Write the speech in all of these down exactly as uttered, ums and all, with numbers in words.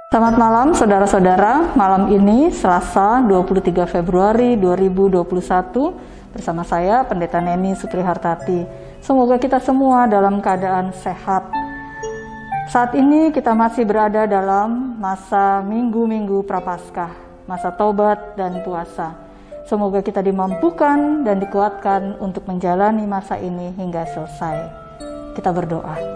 Selamat malam saudara-saudara, malam ini Selasa dua puluh tiga Februari dua ribu dua puluh satu bersama saya Pendeta Neni Suprihartati. Semoga kita semua dalam keadaan sehat. Saat ini kita masih berada dalam masa minggu-minggu Prapaskah, masa tobat dan puasa. Semoga kita dimampukan dan dikuatkan untuk menjalani masa ini hingga selesai. Kita berdoa.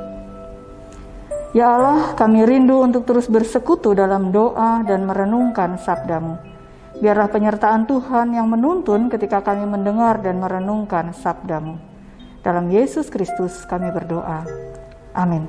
Ya Allah, kami rindu untuk terus bersekutu dalam doa dan merenungkan sabda-Mu. Biarlah penyertaan Tuhan yang menuntun ketika kami mendengar dan merenungkan sabda-Mu. Dalam Yesus Kristus kami berdoa. Amin.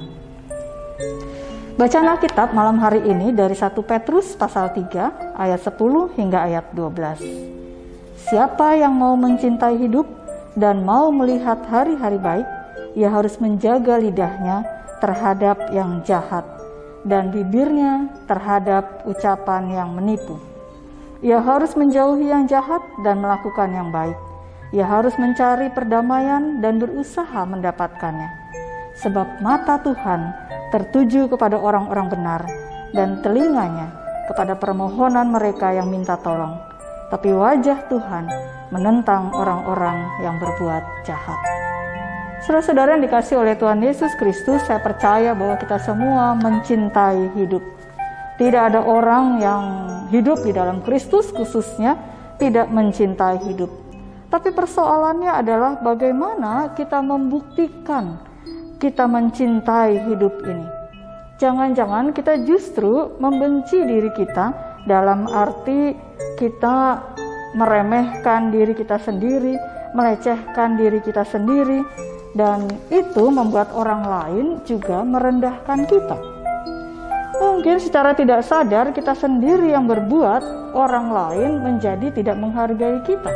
Bacaan Alkitab malam hari ini dari satu Petrus pasal tiga ayat sepuluh hingga ayat dua belas. Siapa yang mau mencintai hidup dan mau melihat hari-hari baik, ia harus menjaga lidahnya terhadap yang jahat dan bibirnya terhadap ucapan yang menipu. Ia harus menjauhi yang jahat dan melakukan yang baik. Ia harus mencari perdamaian dan berusaha mendapatkannya. Sebab mata Tuhan tertuju kepada orang-orang benar dan telinganya kepada permohonan mereka yang minta tolong. Tapi wajah Tuhan menentang orang-orang yang berbuat jahat. Saudara-saudara yang dikasihi oleh Tuhan Yesus Kristus, saya percaya bahwa kita semua mencintai hidup. Tidak ada orang yang hidup di dalam Kristus khususnya tidak mencintai hidup. Tapi persoalannya adalah bagaimana kita membuktikan kita mencintai hidup ini. Jangan-jangan kita justru membenci diri kita dalam arti kita meremehkan diri kita sendiri, melecehkan diri kita sendiri, dan itu membuat orang lain juga merendahkan kita. Mungkin secara tidak sadar kita sendiri yang berbuat orang lain menjadi tidak menghargai kita.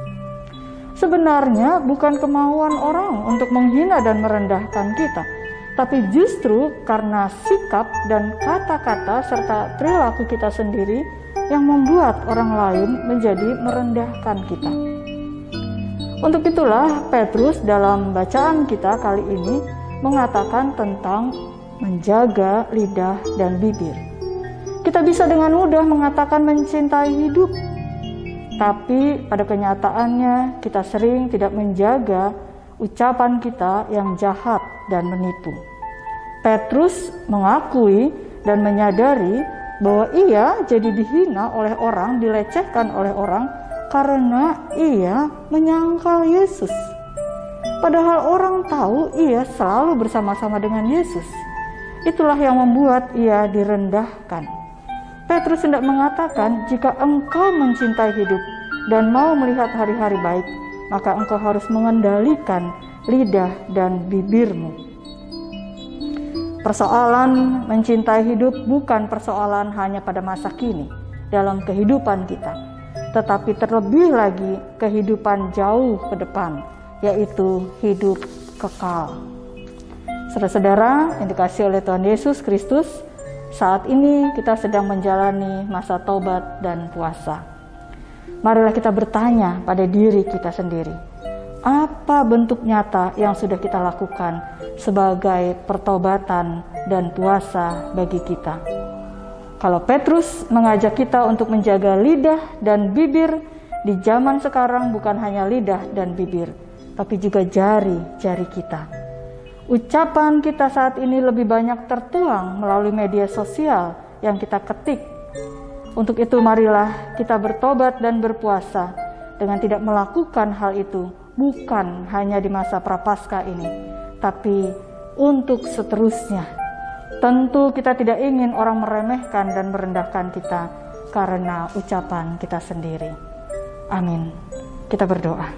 Sebenarnya bukan kemauan orang untuk menghina dan merendahkan kita, tapi justru karena sikap dan kata-kata serta perilaku kita sendiri yang membuat orang lain menjadi merendahkan kita. Untuk itulah Petrus dalam bacaan kita kali ini mengatakan tentang menjaga lidah dan bibir. Kita bisa dengan mudah mengatakan mencintai hidup, tapi pada kenyataannya kita sering tidak menjaga ucapan kita yang jahat dan menipu. Petrus mengakui dan menyadari bahwa ia jadi dihina oleh orang, dilecehkan oleh orang, karena ia menyangkal Yesus. Padahal orang tahu ia selalu bersama-sama dengan Yesus. Itulah yang membuat ia direndahkan. Petrus hendak mengatakan, jika engkau mencintai hidup dan mau melihat hari-hari baik, maka engkau harus mengendalikan lidah dan bibirmu. Persoalan mencintai hidup bukan persoalan hanya pada masa kini dalam kehidupan kita, tetapi terlebih lagi kehidupan jauh ke depan, yaitu hidup kekal. Saudara-saudara yang dikasihi oleh Tuhan Yesus Kristus, saat ini kita sedang menjalani masa tobat dan puasa. Marilah kita bertanya pada diri kita sendiri, apa bentuk nyata yang sudah kita lakukan sebagai pertobatan dan puasa bagi kita? Kalau Petrus mengajak kita untuk menjaga lidah dan bibir, di zaman sekarang bukan hanya lidah dan bibir, tapi juga jari-jari kita. Ucapan kita saat ini lebih banyak tertuang melalui media sosial yang kita ketik. Untuk itu marilah kita bertobat dan berpuasa dengan tidak melakukan hal itu, bukan hanya di masa Prapaskah ini, tapi untuk seterusnya. Tentu kita tidak ingin orang meremehkan dan merendahkan kita karena ucapan kita sendiri. Amin. Kita berdoa.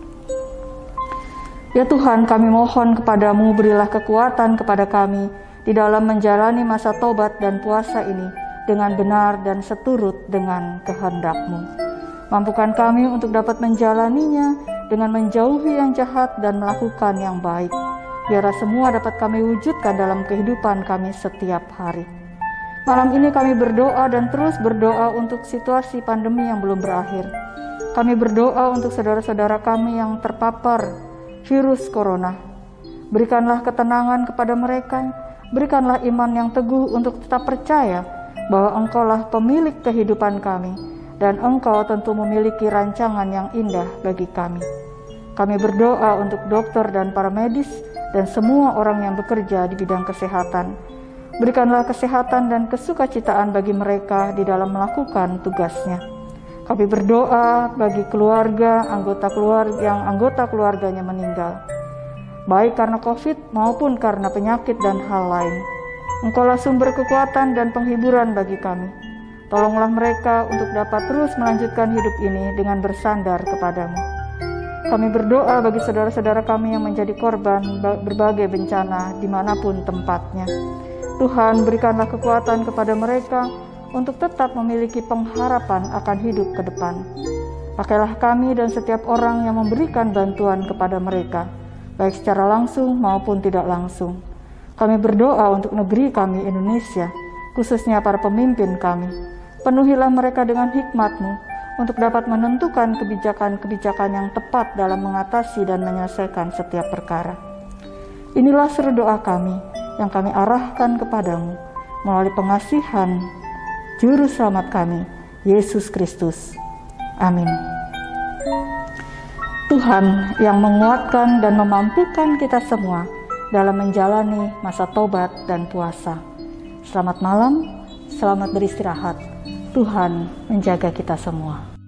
Ya Tuhan, kami mohon kepadamu, berilah kekuatan kepada kami di dalam menjalani masa tobat dan puasa ini dengan benar dan seturut dengan kehendak-Mu. Mampukan kami untuk dapat menjalaninya dengan menjauhi yang jahat dan melakukan yang baik. Biarlah semua dapat kami wujudkan dalam kehidupan kami setiap hari. Malam ini kami berdoa dan terus berdoa untuk situasi pandemi yang belum berakhir. Kami berdoa untuk saudara-saudara kami yang terpapar virus corona. Berikanlah ketenangan kepada mereka, berikanlah iman yang teguh untuk tetap percaya bahwa Engkaulah pemilik kehidupan kami, dan Engkau tentu memiliki rancangan yang indah bagi kami. Kami berdoa untuk dokter dan para medis dan semua orang yang bekerja di bidang kesehatan. Berikanlah kesehatan dan kesukacitaan bagi mereka di dalam melakukan tugasnya. Kami berdoa bagi keluarga, anggota keluarga yang anggota keluarganya meninggal, baik karena COVID maupun karena penyakit dan hal lain. Engkaulah sumber kekuatan dan penghiburan bagi kami. Tolonglah mereka untuk dapat terus melanjutkan hidup ini dengan bersandar kepadamu. Kami berdoa bagi saudara-saudara kami yang menjadi korban berbagai bencana dimanapun tempatnya. Tuhan, berikanlah kekuatan kepada mereka untuk tetap memiliki pengharapan akan hidup ke depan. Pakailah kami dan setiap orang yang memberikan bantuan kepada mereka, baik secara langsung maupun tidak langsung. Kami berdoa untuk negeri kami Indonesia, khususnya para pemimpin kami. Penuhilah mereka dengan hikmat-Mu untuk dapat menentukan kebijakan-kebijakan yang tepat dalam mengatasi dan menyelesaikan setiap perkara. Inilah seru doa kami yang kami arahkan kepadamu melalui pengasihan Juru Selamat kami, Yesus Kristus. Amin. Tuhan yang menguatkan dan memampukan kita semua dalam menjalani masa tobat dan puasa. Selamat malam, selamat beristirahat. Tuhan menjaga kita semua.